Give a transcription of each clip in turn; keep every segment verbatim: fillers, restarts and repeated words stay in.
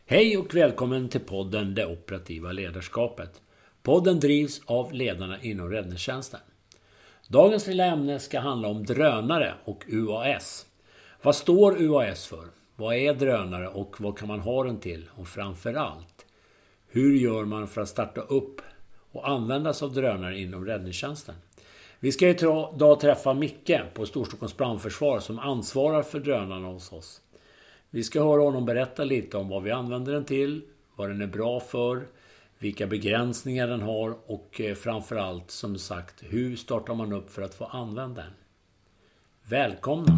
Hej och välkommen till podden Det operativa ledarskapet. Podden drivs av ledarna inom räddningstjänsten. Dagens lilla ämne ska handla om drönare och U A S. Vad står U A S för? Vad är drönare och vad kan man ha den till? Och framförallt, hur gör man för att starta upp och använda sig av drönare inom räddningstjänsten? Vi ska idag träffa Micke på Storstockholms brandförsvar som ansvarar för drönarna hos oss. Vi ska höra honom berätta lite om vad vi använder den till, vad den är bra för, vilka begränsningar den har och framförallt som sagt, hur startar man upp för att få använda den. Välkomna!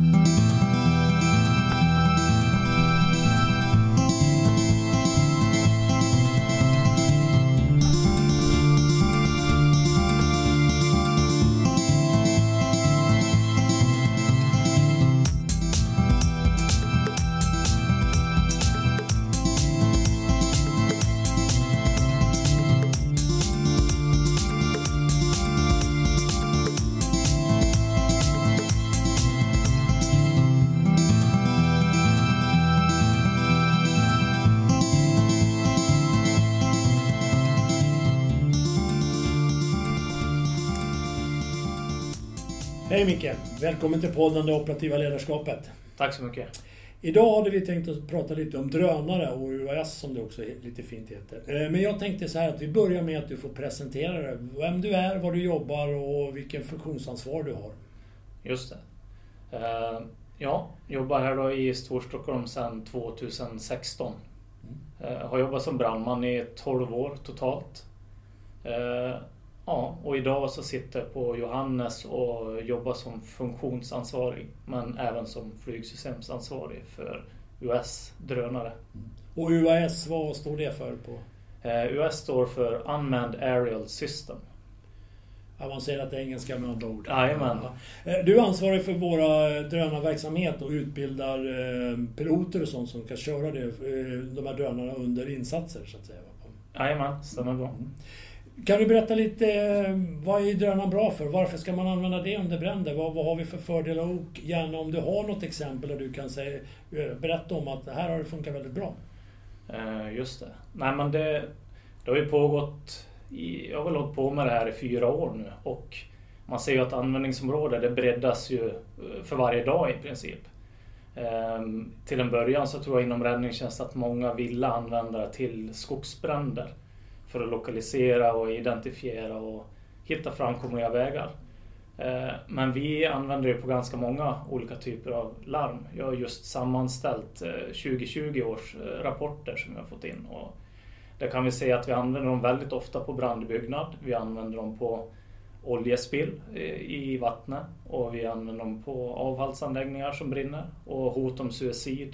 Hej Micke, välkommen till podden Det operativa ledarskapet. Tack så mycket. Idag hade vi tänkt att prata lite om drönare och U A S som det också lite fint heter. Men jag tänkte så här att vi börjar med att du får presentera dig. Vem du är, var du jobbar och vilken funktionsansvar du har. Just det. Uh, ja, jobbar här då i Storstockholm sedan tjugohundrasexton. Mm. Uh, har jobbat som brandman i tolv år totalt. Uh, Ja, och idag så sitter jag på Johannes och jobbar som funktionsansvarig men även som flygsystemsansvarig för U A S-drönare. Och U A S, vad står det för på? Uh, U A S står för Unmanned Aerial System. Avancerat engelska med andra ord. Jajamän. Du är ansvarig för våra drönarverksamhet och utbildar piloter och sånt som kan köra det, de här drönarna under insatser så att säga. Jajamän, stämmer bra. Mm. Kan du berätta lite, vad är drönaren bra för? Varför ska man använda det om det bränder? Vad, vad har vi för fördelar? Och gärna om du har något exempel där du kan säga, berätta om att det här har funkat väldigt bra. Uh, just det. Nej men det, det har ju pågått, i, jag har väl hållit på med det här i fyra år nu. Och man ser ju att användningsområdet det breddas ju för varje dag i princip. Um, till en början så tror jag inom räddningstjänst att många ville använda det till skogsbränder. För att lokalisera och identifiera och hitta framkomliga vägar. Men vi använder det på ganska många olika typer av larm. Jag har just sammanställt tjugohundratjugo års rapporter som jag har fått in. Och där kan vi se att vi använder dem väldigt ofta på brandbyggnad. Vi använder dem på oljespill i vattnet. Och vi använder dem på avfallsanläggningar som brinner. Och hot om suicid.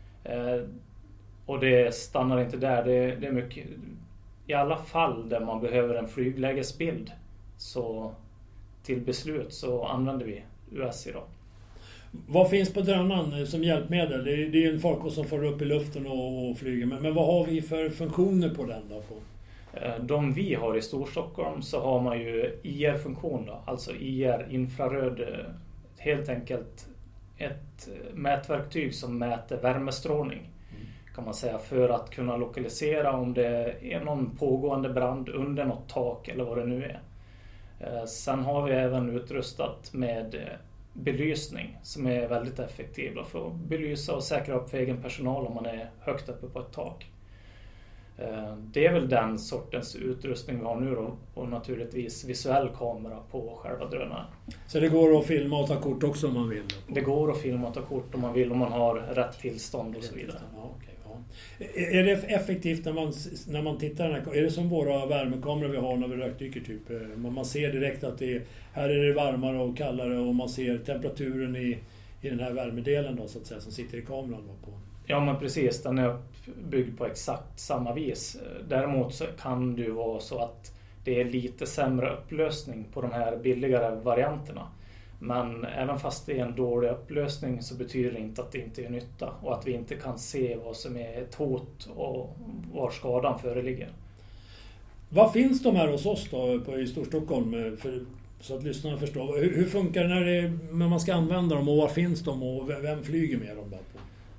Och det stannar inte där. Det, det är mycket... I alla fall där man behöver en flyglägesbild så till beslut så använder vi U A S idag. Vad finns på drönaren som hjälpmedel? Det är, det är en farkost som får upp i luften och, och flyger. Men, men vad har vi för funktioner på den då? På? De vi har i Storstockholm så har man ju I R-funktion då. Alltså I R, infraröd, helt enkelt ett mätverktyg som mäter värmestrålning. Kan man säga, för att kunna lokalisera om det är någon pågående brand under något tak eller vad det nu är. Sen har vi även utrustat med belysning som är väldigt effektiv för att belysa och säkra upp för egen personal om man är högt uppe på ett tak. Det är väl den sortens utrustning vi har nu då, och naturligtvis visuell kamera på själva drönaren. Så det går att filma och ta kort också om man vill? Det går att filma och ta kort om man vill, om man har rätt tillstånd och så vidare. Ja, okay. Är det effektivt när man, när man tittar? Är det som våra värmekameror vi har när vi rökdyker typ? Man ser direkt att det är, här är det varmare och kallare och man ser temperaturen i, i den här värmedelen då, så att säga, som sitter i kameran då på. Ja men precis, den är byggd på exakt samma vis. Däremot så kan det ju vara så att det är lite sämre upplösning på de här billigare varianterna. Men även fast det är en dålig upplösning så betyder det inte att det inte är nytta och att vi inte kan se vad som är ett hot och var skadan föreligger. Vad finns de här hos oss då på, i Storstockholm? För, så att lyssnarna förstår. Hur, hur funkar det när, det när man ska använda dem och var finns de och vem flyger med dem då på?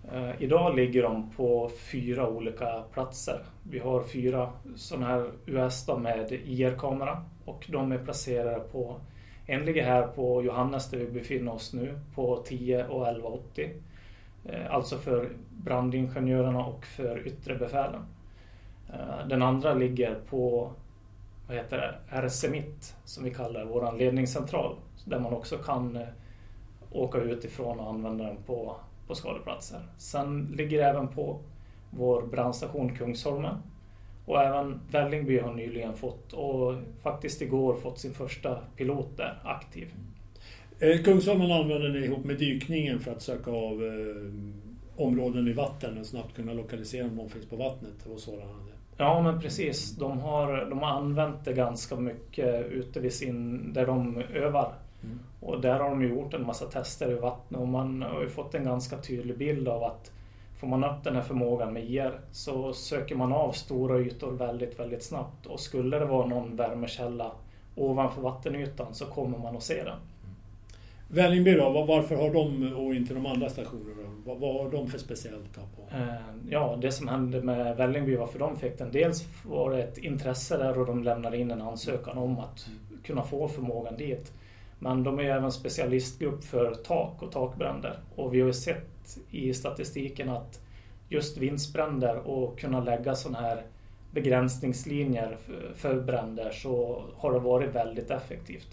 Eh, idag ligger de på fyra olika platser. Vi har fyra sådana här U S då med I R-kamera och de är placerade på, en ligger här på Johannes där vi befinner oss nu på tio och elva åttio. Eh, alltså för brandingenjörerna och för yttre befälen. Eh, den andra ligger på, vad heter det, R C Mitt som vi kallar vår ledningscentral. Där man också kan eh, åka utifrån och använda den på på skadeplatser. Sen ligger även på vår brandstation Kungsholmen. Och även Vällingby har nyligen fått, och faktiskt igår fått sin första pilot där aktiv. Eh, Kungsholmen använder ni ihop med dykningen för att söka av eh, områden i vatten och snabbt kunna lokalisera om de finns på vattnet och sådana. Ja, men precis. De har, de har använt det ganska mycket ute vid sin, där de övar. Mm. Och där har de ju gjort en massa tester i vattnet och man har ju fått en ganska tydlig bild av att får man upp den här förmågan med I R så söker man av stora ytor väldigt, väldigt snabbt. Och skulle det vara någon värmekälla ovanför vattenytan så kommer man att se den. Vällingby då, varför har de och inte de andra stationerna? Vad, vad har de för speciellt på? Eh, ja, det som hände med Vällingby var för de fick den. Dels var det ett intresse där och de lämnade in en ansökan om att kunna få förmågan dit. Men de är även specialistgrupp för tak och takbränder. Och vi har ju sett i statistiken att just vindsbränder och kunna lägga sådana här begränsningslinjer för bränder så har det varit väldigt effektivt.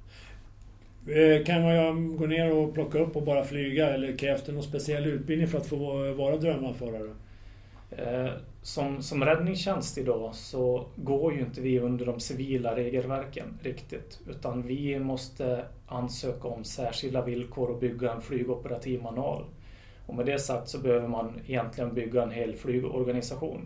Kan man gå ner och plocka upp och bara flyga eller krävs det någon speciell utbildning för att få vara drönarförare? Som, som räddningstjänst idag så går ju inte vi under de civila regelverken riktigt. Utan vi måste ansöka om särskilda villkor och bygga en flygoperativ manual. Och med det sagt så behöver man egentligen bygga en hel flygorganisation.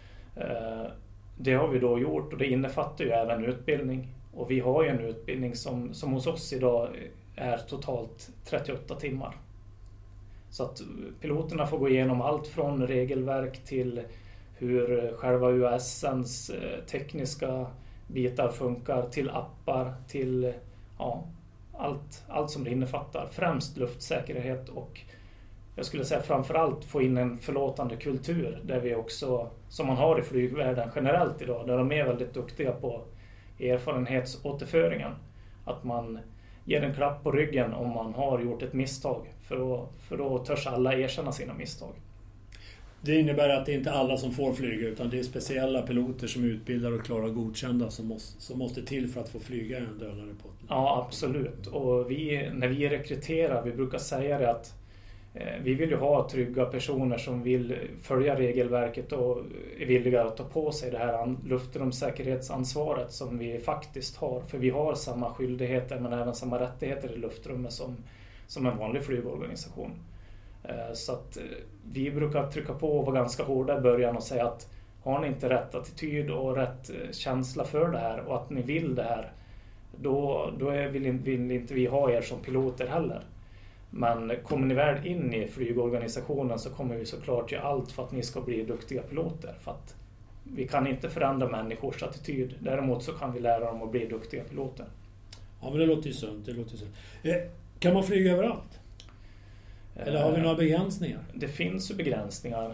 Det har vi då gjort och det innefattar ju även utbildning. Och vi har ju en utbildning som, som hos oss idag är totalt trettioåtta timmar. Så att piloterna får gå igenom allt från regelverk till hur själva U A S:ens tekniska bitar funkar, till appar, till ja, allt, allt som det innefattar. Främst luftsäkerhet och jag skulle säga framförallt få in en förlåtande kultur där vi också, som man har i flygvärlden generellt idag, där de är väldigt duktiga på erfarenhetsåterföringen. Att man ger en klapp på ryggen om man har gjort ett misstag. För då, för då törs alla erkänna sina misstag. Det innebär att det inte är alla som får flyga utan det är speciella piloter som är utbildade och klara godkända som måste, som måste till för att få flyga en drönare på. Ja, absolut. Och vi, när vi rekryterar, vi brukar säga det att eh, vi vill ju ha trygga personer som vill följa regelverket och är villiga att ta på sig det här luftrumssäkerhetsansvaret som vi faktiskt har. För vi har samma skyldigheter men även samma rättigheter i luftrummet som, som en vanlig flygorganisation. Så att vi brukar trycka på och vara ganska hårda i början och säga att har ni inte rätt attityd och rätt känsla för det här och att ni vill det här, då, då är, vill, vill inte vi ha er som piloter heller. Men kommer ni väl in i flygorganisationen så kommer vi såklart göra allt för att ni ska bli duktiga piloter. För att vi kan inte förändra människors attityd, däremot så kan vi lära dem att bli duktiga piloter. Ja, men det låter ju sunt. Det låter ju sunt. Kan man flyga överallt? Eller har vi några begränsningar? Det finns ju begränsningar.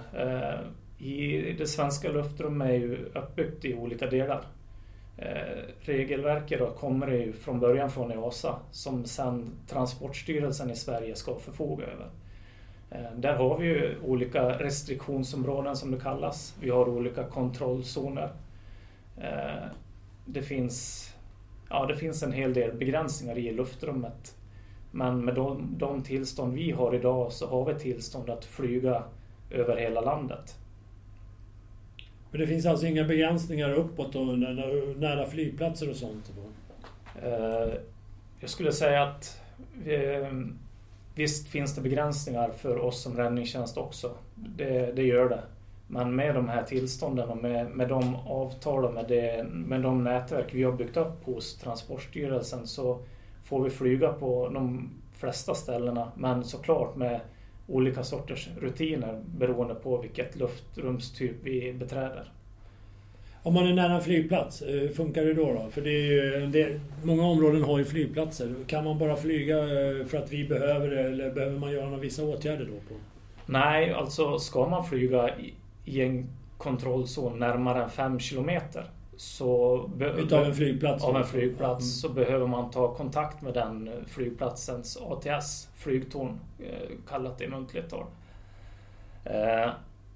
I det svenska luftrummet är ju uppbyggt i olika delar. Regelverket då kommer det ju från början från E A S A som sedan Transportstyrelsen i Sverige ska förfoga över. Där har vi ju olika restriktionsområden som det kallas. Vi har olika kontrollzoner. Det finns, ja, det finns en hel del begränsningar i luftrummet. Men med de, de tillstånd vi har idag så har vi tillstånd att flyga över hela landet. Men det finns alltså inga begränsningar uppåt och nära, nära flygplatser och sånt? Eh, jag skulle säga att vi, visst finns det begränsningar för oss som räddningstjänst också. Det, det gör det. Men med de här tillstånden och med, med de avtal och med, det, med de nätverk vi har byggt upp hos Transportstyrelsen så får vi flyga på de flesta ställena, men såklart med olika sorters rutiner beroende på vilket luftrumstyp vi beträder. Om man är nära en flygplats, funkar det då? då? För det är ju, det, många områden har ju flygplatser. Kan man bara flyga för att vi behöver det eller behöver man göra några vissa åtgärder då? På? Nej, alltså ska man flyga i, i en kontrollzon närmare än fem kilometer så be- utav en flygplats, av en flygplats mm. så behöver man ta kontakt med den flygplatsens A T S, flygtorn, eh, kallat i muntligt tal. Eh,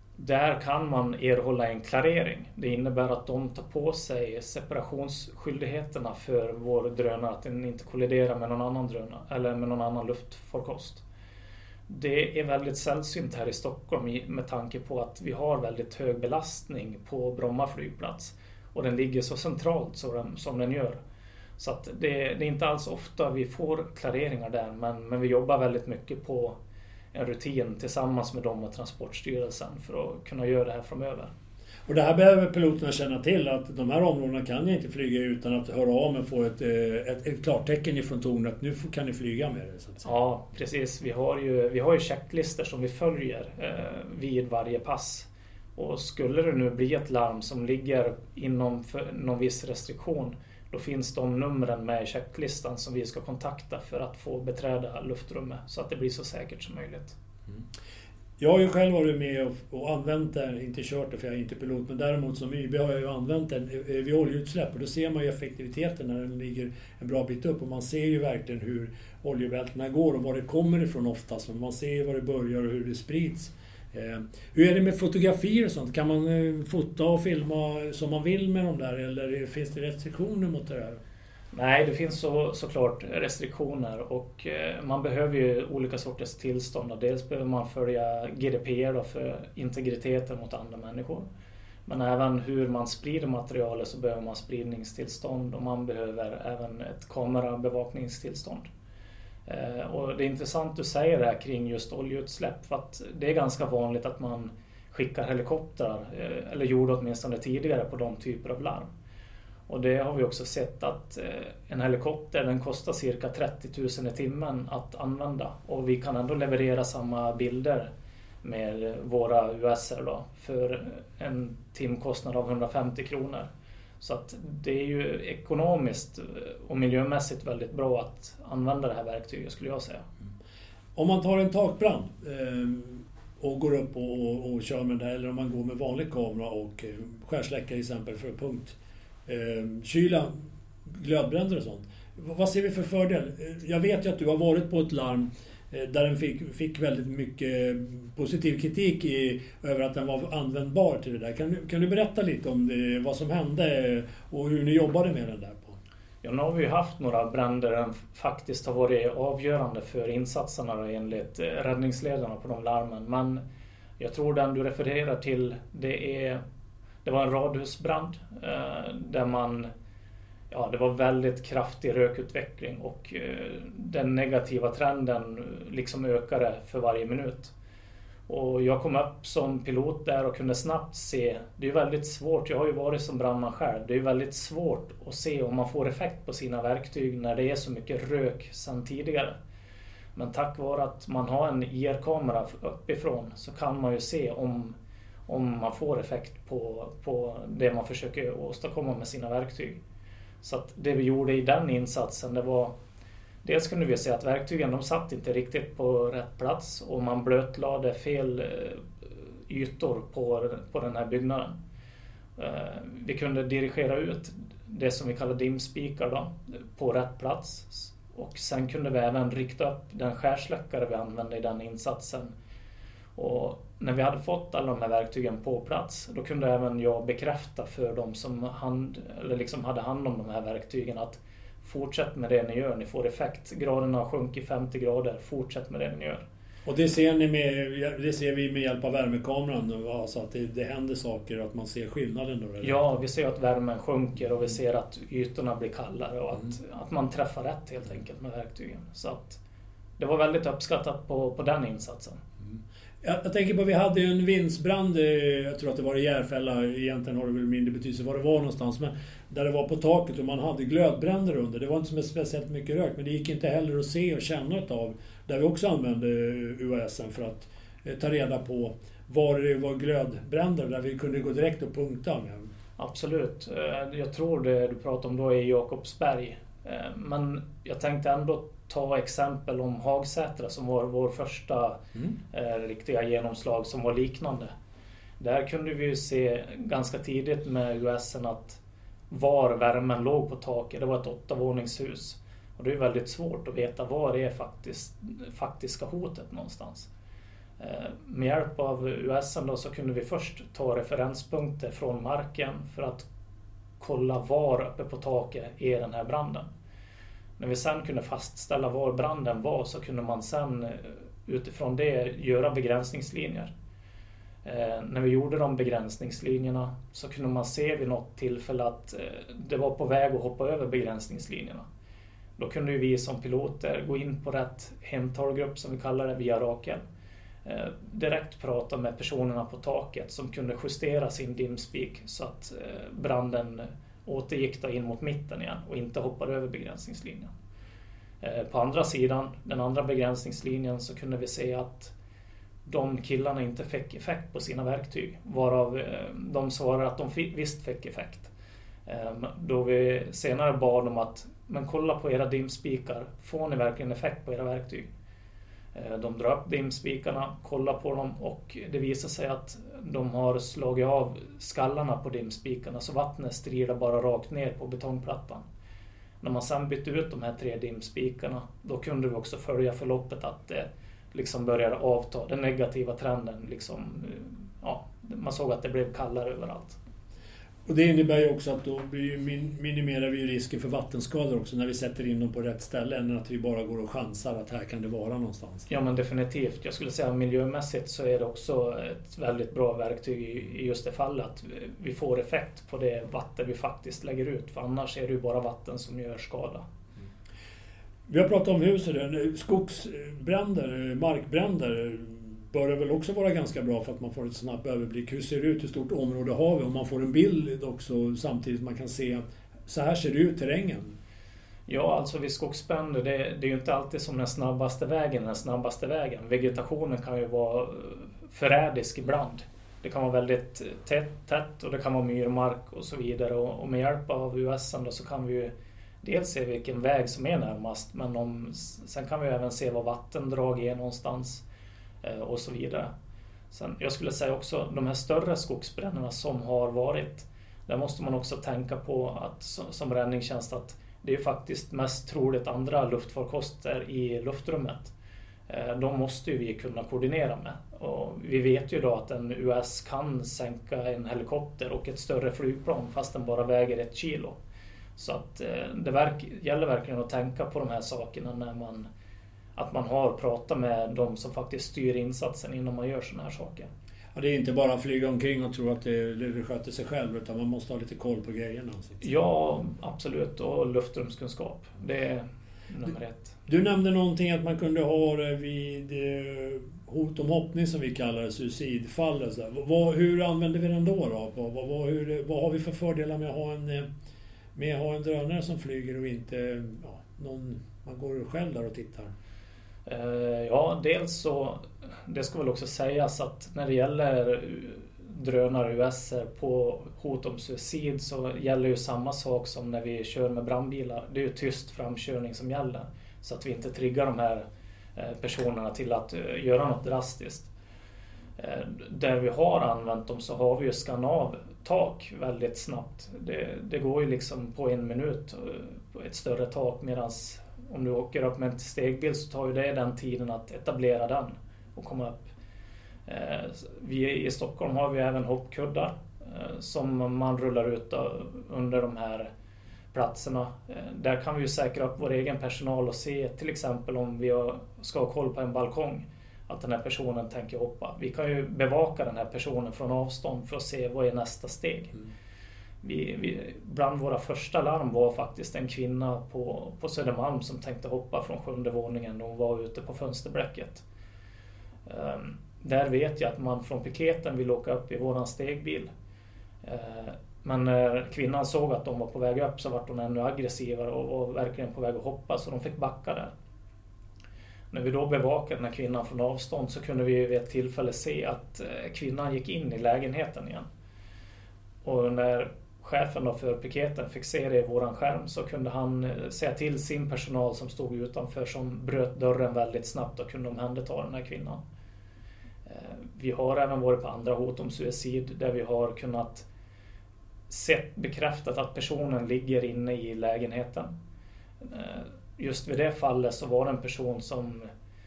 där kan man erhålla en klarering. Det innebär att de tar på sig separationsskyldigheterna för vår drönare, att den inte kolliderar med någon annan drönare eller med någon annan luftfarkost. Det är väldigt sällsynt här i Stockholm med tanke på att vi har väldigt hög belastning på Bromma flygplats. Och den ligger så centralt som den, som den gör. Så att det, det är inte alls ofta vi får klareringar där. Men, men vi jobbar väldigt mycket på en rutin tillsammans med dem och Transportstyrelsen för att kunna göra det här framöver. Och det här behöver piloterna känna till, att de här områdena kan jag inte flyga utan att höra av mig och få ett, ett, ett klartecken ifrån tornet. Nu kan ni flyga med det, så att säga. Ja, precis. Vi har ju, vi har ju checklister som vi följer eh, vid varje pass. Och skulle det nu bli ett larm som ligger inom någon viss restriktion, då finns de numren med i checklistan som vi ska kontakta för att få beträda luftrummet så att det blir så säkert som möjligt. Mm. Jag har ju själv varit med och, och använt det, inte kört det för jag är inte pilot, men däremot som Y B har jag ju använt den vid oljeutsläpp och då ser man ju effektiviteten när den ligger en bra bit upp och man ser ju verkligen hur oljebältena går och var det kommer ifrån oftast, men man ser ju var det börjar och hur det sprids. Eh, hur är det med fotografier och sånt? Kan man eh, fota och filma som man vill med dem där eller finns det restriktioner mot det här? Nej, det finns så, såklart restriktioner och eh, man behöver ju olika sorters tillstånd. Dels behöver man följa G D P R då för integriteten mot andra människor. Men även hur man sprider materialet så behöver man spridningstillstånd och man behöver även ett kamerabevakningstillstånd. Eh, och det är intressant att du säger det här kring just oljeutsläpp för att det är ganska vanligt att man skickar helikoptrar eh, eller gjorde åtminstone tidigare på de typer av larm. Och det har vi också sett att en helikopter den kostar cirka trettio tusen i timmen att använda. Och vi kan ändå leverera samma bilder med våra U S R då för en timkostnad av hundrafemtio kronor. Så att det är ju ekonomiskt och miljömässigt väldigt bra att använda det här verktyget skulle jag säga. Om man tar en takbrand eh, och går upp och, och, och kör med det eller om man går med vanlig kamera och eh, skärsläckare till exempel för punkt. Eh, kyla, glödbränder och sånt. Vad ser vi för fördel? Jag vet ju att du har varit på ett larm eh, där den fick, fick väldigt mycket positiv kritik i, över att den var användbar till det där. Kan du, kan du berätta lite om det, vad som hände och hur ni jobbade med den där på? Ja, nu har vi ju haft några bränder där faktiskt har varit avgörande för insatserna enligt räddningsledarna på de larmen. Men jag tror den du refererar till, det är Det var en radhusbrand eh, där man, ja, det var väldigt kraftig rökutveckling och eh, den negativa trenden liksom ökade för varje minut. Och jag kom upp som pilot där och kunde snabbt se, det är väldigt svårt, jag har ju varit som brandman själv, det är väldigt svårt att se om man får effekt på sina verktyg när det är så mycket rök sedan tidigare. Men tack vare att man har en I R-kamera uppifrån så kan man ju se om om man får effekt på, på det man försöker åstadkomma med sina verktyg. Så att det vi gjorde i den insatsen, det var dels kunde vi se att verktygen de satt inte riktigt på rätt plats och man blötlade fel ytor på, på den här byggnaden. Vi kunde dirigera ut det som vi kallar dimspikar då, på rätt plats och sen kunde vi även rikta upp den skärsläckare vi använde i den insatsen. Och när vi hade fått alla de här verktygen på plats, då kunde även jag bekräfta för dem som hand, eller liksom hade hand om de här verktygen att fortsätt med det ni gör, ni får effekt. Graderna har sjunkit femtio grader, fortsätt med det ni gör. Och det ser, ni med, det ser vi med hjälp av värmekameran, alltså att det, det händer saker och att man ser skillnaden då? Eller? Ja, vi ser att värmen sjunker och vi ser att ytorna blir kallare och att, mm. att man träffar rätt helt enkelt med verktygen. Så att det var väldigt uppskattat på, på den insatsen. Mm. Jag, jag tänker på, vi hade ju en vindsbrand, jag tror att det var i Järfälla, egentligen har det väl mindre betydelse var det var någonstans, men där det var på taket och man hade glödbränder under. Det var inte så speciellt mycket rök, men det gick inte heller att se och känna av. Där vi också använde U A S för att eh, ta reda på var det var glödbränder, där vi kunde gå direkt och punkta. Absolut. Jag tror det du pratar om då är Jakobsberg. Men jag tänkte ändå ta exempel om Hagsätra som var vår första mm. eh, riktiga genomslag som var liknande. Där kunde vi ju se ganska tidigt med U S att var värmen låg på taket. Det var ett åttavåningshus. Och det är väldigt svårt att veta var det är faktiskt, faktiska hotet någonstans. Eh, med hjälp av U S då så kunde vi först ta referenspunkter från marken för att kolla var uppe på taket är den här branden. När vi sen kunde fastställa var branden var så kunde man sen utifrån det göra begränsningslinjer. Eh, när vi gjorde de begränsningslinjerna så kunde man se vid något tillfälle att eh, det var på väg att hoppa över begränsningslinjerna. Då kunde ju vi som piloter gå in på rätt hemtalgrupp som vi kallar det via Rakel. Eh, direkt prata med personerna på taket som kunde justera sin dimspik så att eh, branden återgick in mot mitten igen och inte hoppade över begränsningslinjen. Eh, på andra sidan, den andra begränsningslinjen, så kunde vi se att de killarna inte fick effekt på sina verktyg. Varav eh, de svarade att de fick, visst fick effekt. Eh, då vi senare bad dem att men kolla på era dimspikar, får ni verkligen effekt på era verktyg? Eh, de drar upp dimspikarna, kollar på dem och det visar sig att de har slagit av skallarna på dimspikarna så vattnet strider bara rakt ner på betongplattan. När man sen bytte ut de här tre dimspikarna, då kunde vi också följa förloppet att det liksom började avta, den negativa trenden liksom, ja, man såg att det blev kallare överallt. Och det innebär ju också att då minimerar vi risken för vattenskador också när vi sätter in dem på rätt ställe än att vi bara går och chansar att här kan det vara någonstans. Ja, men definitivt. Jag skulle säga miljömässigt så är det också ett väldigt bra verktyg i just det fallet att vi får effekt på det vatten vi faktiskt lägger ut, för annars är det ju bara vatten som gör skada. Vi har pratat om huset, skogsbränder, markbränder bör det väl också vara ganska bra för att man får ett snabb överblick. Hur ser det ut, hur stort område har vi? Och man får en bild också samtidigt man kan se att så här ser det ut terrängen. Ja, alltså vid skogsbränder, det, det är ju inte alltid som den snabbaste vägen, den snabbaste vägen. Vegetationen kan ju vara förrädisk ibland. Det kan vara väldigt tätt, tätt och det kan vara myrmark och så vidare. Och, och med hjälp av U S då så kan vi ju dels se vilken väg som är närmast, men om, sen kan vi även se vad vattendrag är någonstans och så vidare. Sen, jag skulle säga också de här större skogsbränderna som har varit, där måste man också tänka på att som räddningstjänst att det är faktiskt mest troligt andra luftfarkoster i luftrummet. De måste ju vi kunna koordinera med. Och vi vet ju då att en U S kan sänka en helikopter och ett större flygplan fast den bara väger ett kilo. Så att det verk, gäller verkligen att tänka på de här sakerna när man att man har pratat med de som faktiskt styr insatsen innan man gör såna här saker. Ja, det är inte bara att flyga omkring och tro att det, det sköter sig själv, utan man måste ha lite koll på grejerna. Ja, absolut. Och luftrumskunskap. Det är nummer ett. Du, du nämnde någonting att man kunde ha det vid hot om hoppning som vi kallar det, suicidfall. Och så vad, hur använder vi den då? då? Vad, vad, hur, vad har vi för fördelar med att ha en, med att ha en drönare som flyger och inte ja, någon, man går själv där och tittar? Ja, dels så, det ska väl också sägas att när det gäller drönare U S på hot om suicid så gäller ju samma sak som när vi kör med brandbilar. Det är ju tyst framkörning som gäller så att vi inte triggar de här personerna till att göra något drastiskt. Där vi har använt dem så har vi ju skann av tak väldigt snabbt. Det, det går ju liksom på en minut på ett större tak, medans om du åker upp med en stegbil så tar ju det den tiden att etablera den och komma upp. Eh, vi i Stockholm har vi även hoppkuddar eh, som man rullar ut under de här platserna. Eh, där kan vi ju säkra upp vår egen personal och se till exempel om vi har, ska ha koll på en balkong att den här personen tänker hoppa. Vi kan ju bevaka den här personen från avstånd för att se vad är nästa steg. Mm. Vi, vi, bland våra första larm var faktiskt en kvinna på, på Södermalm som tänkte hoppa från sjunde våningen och hon var ute på fönsterbräcket. Um, där vet jag att man från piketen vill åka upp i våran stegbil. Uh, men när kvinnan såg att de var på väg upp så var hon ännu aggressivare och var verkligen på väg att hoppa, så de fick backa där. När vi då bevakade den här kvinnan från avstånd så kunde vi vid ett tillfälle se att kvinnan gick in i lägenheten igen. Och när chefen då för piketen fick se det i våran skärm så kunde han säga till sin personal som stod utanför som bröt dörren väldigt snabbt och kunde omhänderta den här kvinnan. Vi har även varit på andra hot om suicid där vi har kunnat se bekräftat att personen ligger inne i lägenheten. Just vid det fallet så var det en person som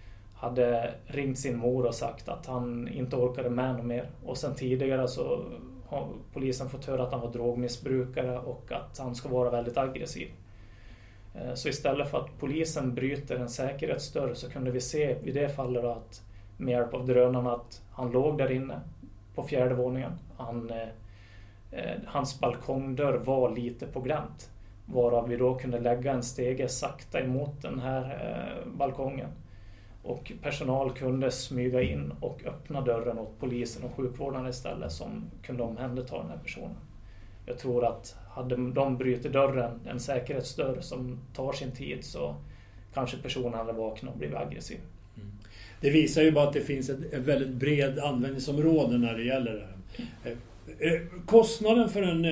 hade ringt sin mor och sagt att han inte orkade med något mer. Och sen tidigare så har polisen fått höra att han var drogmissbrukare och att han ska vara väldigt aggressiv. Så istället för att polisen bryter en säkerhetsdörr så kunde vi se vid det fallet att med hjälp av drönarna att han låg där inne på fjärde våningen. Han, eh, hans balkongdörr var lite på glänt. Varav vi då kunde lägga en stege sakta emot den här eh, balkongen. Och personal kunde smyga in och öppna dörren åt polisen och sjukvården istället som kunde omhänderta den här personen. Jag tror att hade de bryter dörren, en säkerhetsdörr som tar sin tid så kanske personen hade vaknat och blivit aggressiv. Mm. Det visar ju bara att det finns ett, ett väldigt bred användningsområde när det gäller det här. Eh, kostnaden för en,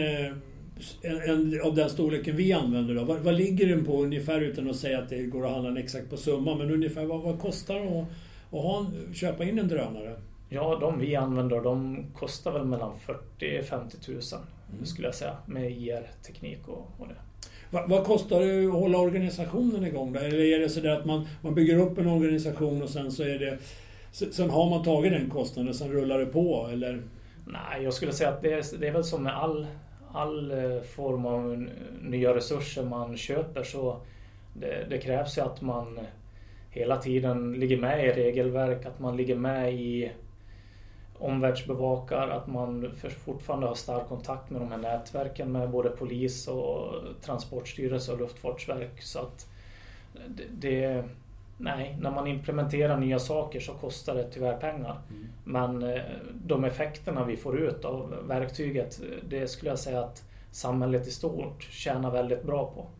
en, en av den storleken vi använder då, vad, vad ligger den på ungefär utan att säga att det går att handla exakt på summa, men ungefär vad, vad kostar det att, att ha en, köpa in en drönare? Ja, de vi använder de kostar väl mellan fyrtio till femtio tusen mm. skulle jag säga med I R-teknik och, och det. Va, vad kostar det att hålla organisationen igång då? Eller är det så där att man, man bygger upp en organisation och sen så är det sen har man tagit den kostnaden och sen rullar det på eller? Nej, jag skulle säga att det är, det är väl som med all, all form av nya resurser man köper så det, det krävs ju att man hela tiden ligger med i regelverk, att man ligger med i omvärldsbevakar, att man fortfarande har stark kontakt med de här nätverken med både polis och transportstyrelse och luftfartsverk. Så att det, det, nej, när man implementerar nya saker så kostar det tyvärr pengar. Mm. Men de effekterna vi får ut av verktyget, det skulle jag säga att samhället i stort tjänar väldigt bra på.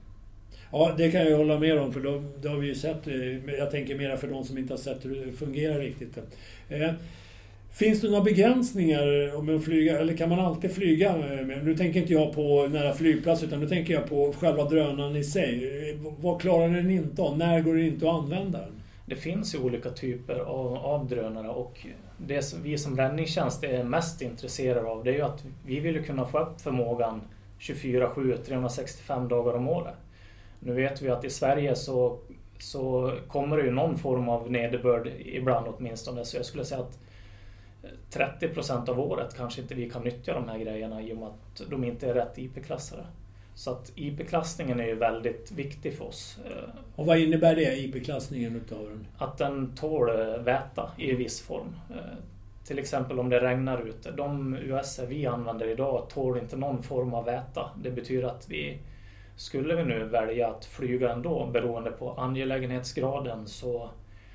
Ja, det kan jag hålla med om, för då, då har vi ju sett, jag tänker mera för de som inte har sett hur det fungerar riktigt. Eh, finns det några begränsningar om att flyga, eller kan man alltid flyga? Nu tänker inte jag på nära flygplats, utan nu tänker jag på själva drönaren i sig. Vad klarar den inte av? När går det inte att använda den? Det finns ju olika typer av, av drönare och det som vi som räddningstjänst är mest intresserade av det är ju att vi vill kunna få upp förmågan tjugofyra sju, trehundrasextiofem dagar om året. Nu vet vi att i Sverige så, så kommer det ju någon form av nederbörd ibland åtminstone, så jag skulle säga att trettio procent av året kanske inte vi kan nyttja de här grejerna i och med att de inte är rätt I P-klassade. Så att I P-klassningen är ju väldigt viktig för oss. Och vad innebär det, I P-klassningen utav den? Att den tål väta i viss form. Till exempel om det regnar ute. De U S vi använder idag tål inte någon form av väta. Det betyder att vi, skulle vi nu välja att flyga ändå beroende på angelägenhetsgraden så,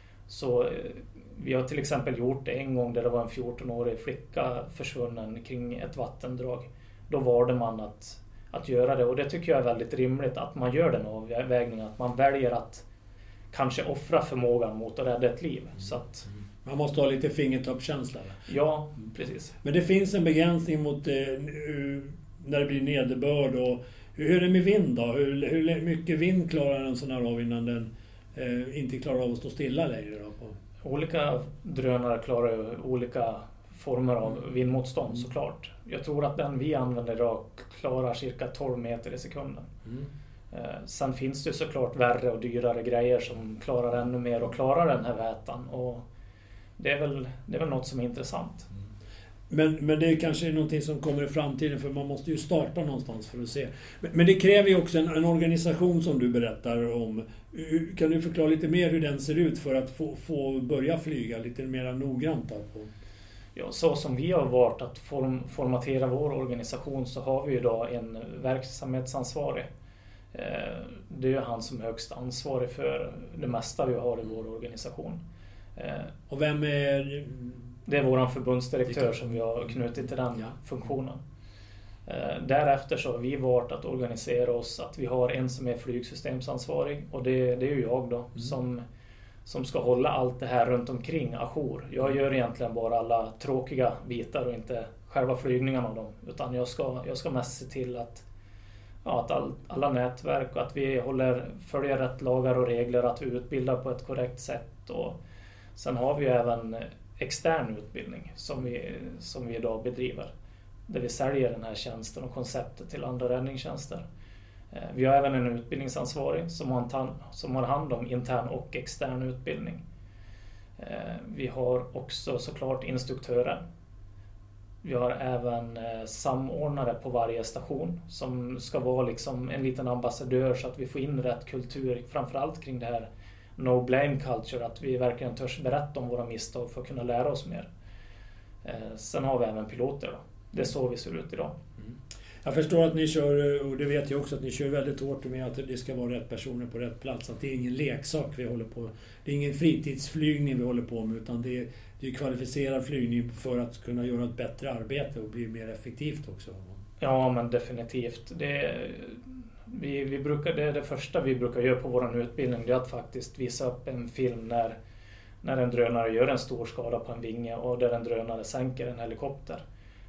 så vi har till exempel gjort det en gång där det var en fjorton-årig flicka försvunnen kring ett vattendrag. Då valde man att, att göra det och det tycker jag är väldigt rimligt att man gör den avvägningen. Att man väljer att kanske offra förmågan mot att rädda ett liv. Så att, man måste ha lite fingertoppskänsla. Ja, precis. Men det finns en begränsning mot eh, när det blir nederbörd och hur är det med vind då? Hur, hur mycket vind klarar en sån här av innan den eh, inte klarar av att stå stilla längre då? På? Olika drönare klarar ju olika former av vindmotstånd såklart. Jag tror att den vi använder idag klarar cirka tolv meter i sekunden. Mm. Eh, sen finns det såklart värre och dyrare grejer som klarar ännu mer och klarar den här vätan. Och det är väl, det är väl något som är intressant. Mm. Men, men det kanske är någonting som kommer i framtiden, för man måste ju starta någonstans för att se. Men, men det kräver ju också en, en organisation som du berättar om. Kan du förklara lite mer hur den ser ut för att få, få börja flyga lite mer noggrant på? Ja, så som vi har varit att form, formatera vår organisation så har vi idag en verksamhetsansvarig. Eh, det är han som är högst ansvarig för det mesta vi har i vår organisation. Eh, Och vem är... Det är vår förbundsdirektör som vi har knutit till den ja. funktionen. Eh, därefter så har vi varit att organisera oss att vi har en som är flygsystemsansvarig och det, det är ju jag då mm. som, som ska hålla allt det här runt omkring ajour. Jag gör egentligen bara alla tråkiga bitar och inte själva flygningarna av dem. Utan jag ska, jag ska mest se till att, ja, att all, alla nätverk och att vi håller, följer rätt lagar och regler, att vi utbildar på ett korrekt sätt. Och sen har vi ju även extern utbildning som vi, som vi idag bedriver. Där vi säljer den här tjänsten och konceptet till andra räddningstjänster. Vi har även en utbildningsansvarig som har, som har hand om intern och extern utbildning. Vi har också såklart instruktörer. Vi har även samordnare på varje station som ska vara liksom en liten ambassadör så att vi får in rätt kultur, framförallt kring det här no blame culture, att vi verkligen törs berätta om våra misstag för att kunna lära oss mer. Sen har vi även piloter då. Det är så vi ser ut idag. Mm. Jag förstår att ni kör, och det vet jag också, att ni kör väldigt hårt med att det ska vara rätt personer på rätt plats. Att det är ingen leksak vi håller på. Det är ingen fritidsflygning vi håller på med, utan det är, det är kvalificerad flygning för att kunna göra ett bättre arbete och bli mer effektivt också. Ja, men definitivt. Det, vi, vi brukar, det är det första vi brukar göra på vår utbildning, det är att faktiskt visa upp en film när, när en drönare gör en stor skada på en vinge och där en drönare sänker en helikopter.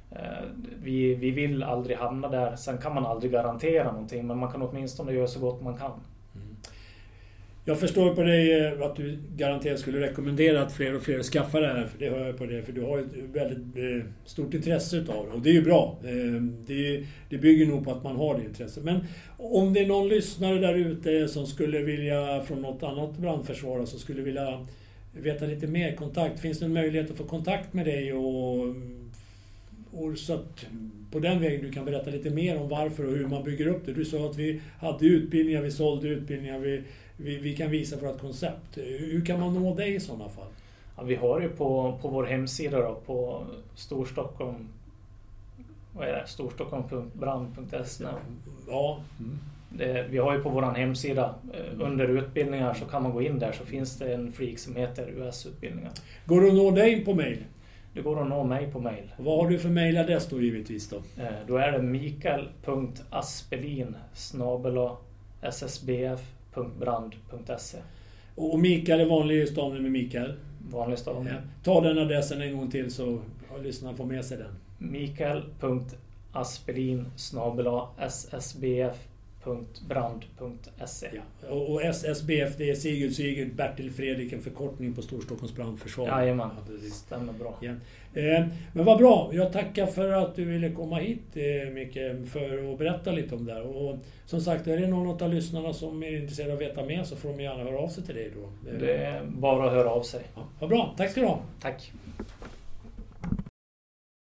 Vi, vi vill aldrig hamna där. Sen kan man aldrig garantera någonting, men man kan åtminstone göra så gott man kan. Mm. Jag förstår på dig att du garanterat skulle rekommendera att fler och fler skaffar det här. För det hör jag på det, för du har ett väldigt stort intresse utav det. Och det är ju bra. Det, det bygger nog på att man har det intresset. Men om det är någon lyssnare där ute som skulle vilja, från något annat brandförsvar, så skulle vilja veta lite mer kontakt. Finns det en möjlighet att få kontakt med dig och Och så att på den vägen du kan berätta lite mer om varför och hur man bygger upp det. Du sa att vi hade utbildningar, vi sålde utbildningar, vi, vi, vi kan visa för ett koncept. Hur kan man nå dig i sådana fall? Ja, vi har ju på, på vår hemsida då, på Storstockholm, vad är det? storstockholm punkt brand punkt se. Ja. Mm. Det, vi har ju på vår hemsida, eh, under utbildningar så kan man gå in där, så finns det en flik som heter U S-utbildningar. Går du att nå dig på mail? Det går att nå mig på mail. Och vad har du för mailadress då givetvis då? Eh, då är det mikael punkt aspelin snabel-a s s b f punkt brand punkt se. Och Mikael är vanlig stavning med Mikael? Vanlig stavning. Ja. Ta den adressen en gång till så lyssnarna får med sig den. mikael punkt aspelin snabel-a s s b f punkt brand punkt se. Ja. Och, och S S B F, det är Sigurd Sigurd Bertil Fredrik, en förkortning på Storstockholms brandförsvar. Jajamän, ja, det stämmer bra. Ja. Eh, men vad bra, jag tackar för att du ville komma hit eh, Micke, för att berätta lite om det här. Och som sagt, är det någon av lyssnarna som är intresserad av att veta mer, så får de gärna höra av sig till dig då. Det är bara att höra av sig. Ja, vad bra, tack ska du ha. Tack.